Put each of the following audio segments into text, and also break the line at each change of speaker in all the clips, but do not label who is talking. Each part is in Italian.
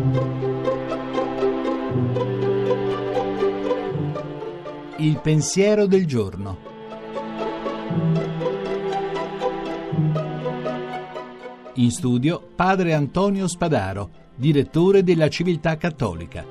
Il pensiero del giorno. In studio padre Antonio Spadaro, direttore della Civiltà Cattolica.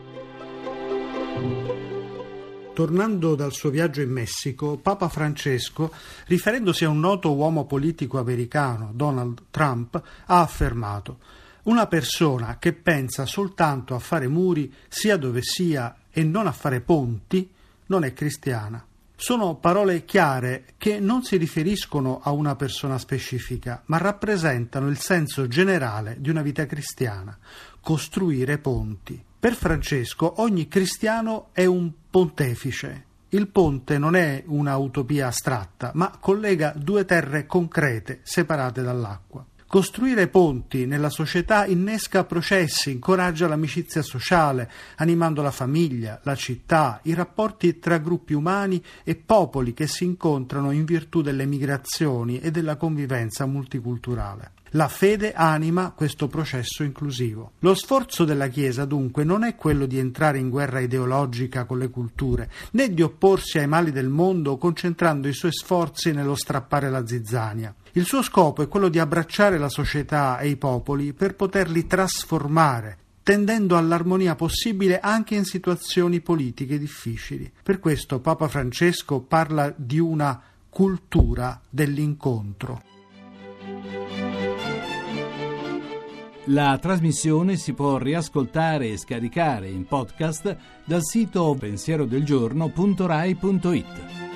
Tornando dal suo viaggio in Messico, Papa Francesco, riferendosi a un noto uomo politico americano, Donald Trump, ha affermato: «Una persona che pensa soltanto a fare muri, sia dove sia, e non a fare ponti, non è cristiana». Sono parole chiare che non si riferiscono a una persona specifica, ma rappresentano il senso generale di una vita cristiana: costruire ponti. Per Francesco ogni cristiano è un pontefice. Il ponte non è una utopia astratta, ma collega due terre concrete separate dall'acqua. Costruire ponti nella società innesca processi, incoraggia l'amicizia sociale, animando la famiglia, la città, i rapporti tra gruppi umani e popoli che si incontrano in virtù delle migrazioni e della convivenza multiculturale. La fede anima questo processo inclusivo. Lo sforzo della Chiesa, dunque, non è quello di entrare in guerra ideologica con le culture, né di opporsi ai mali del mondo concentrando i suoi sforzi nello strappare la zizzania. Il suo scopo è quello di abbracciare la società e i popoli per poterli trasformare, tendendo all'armonia possibile anche in situazioni politiche difficili. Per questo Papa Francesco parla di una cultura dell'incontro.
La trasmissione si può riascoltare e scaricare in podcast dal sito pensierodelgiorno.rai.it.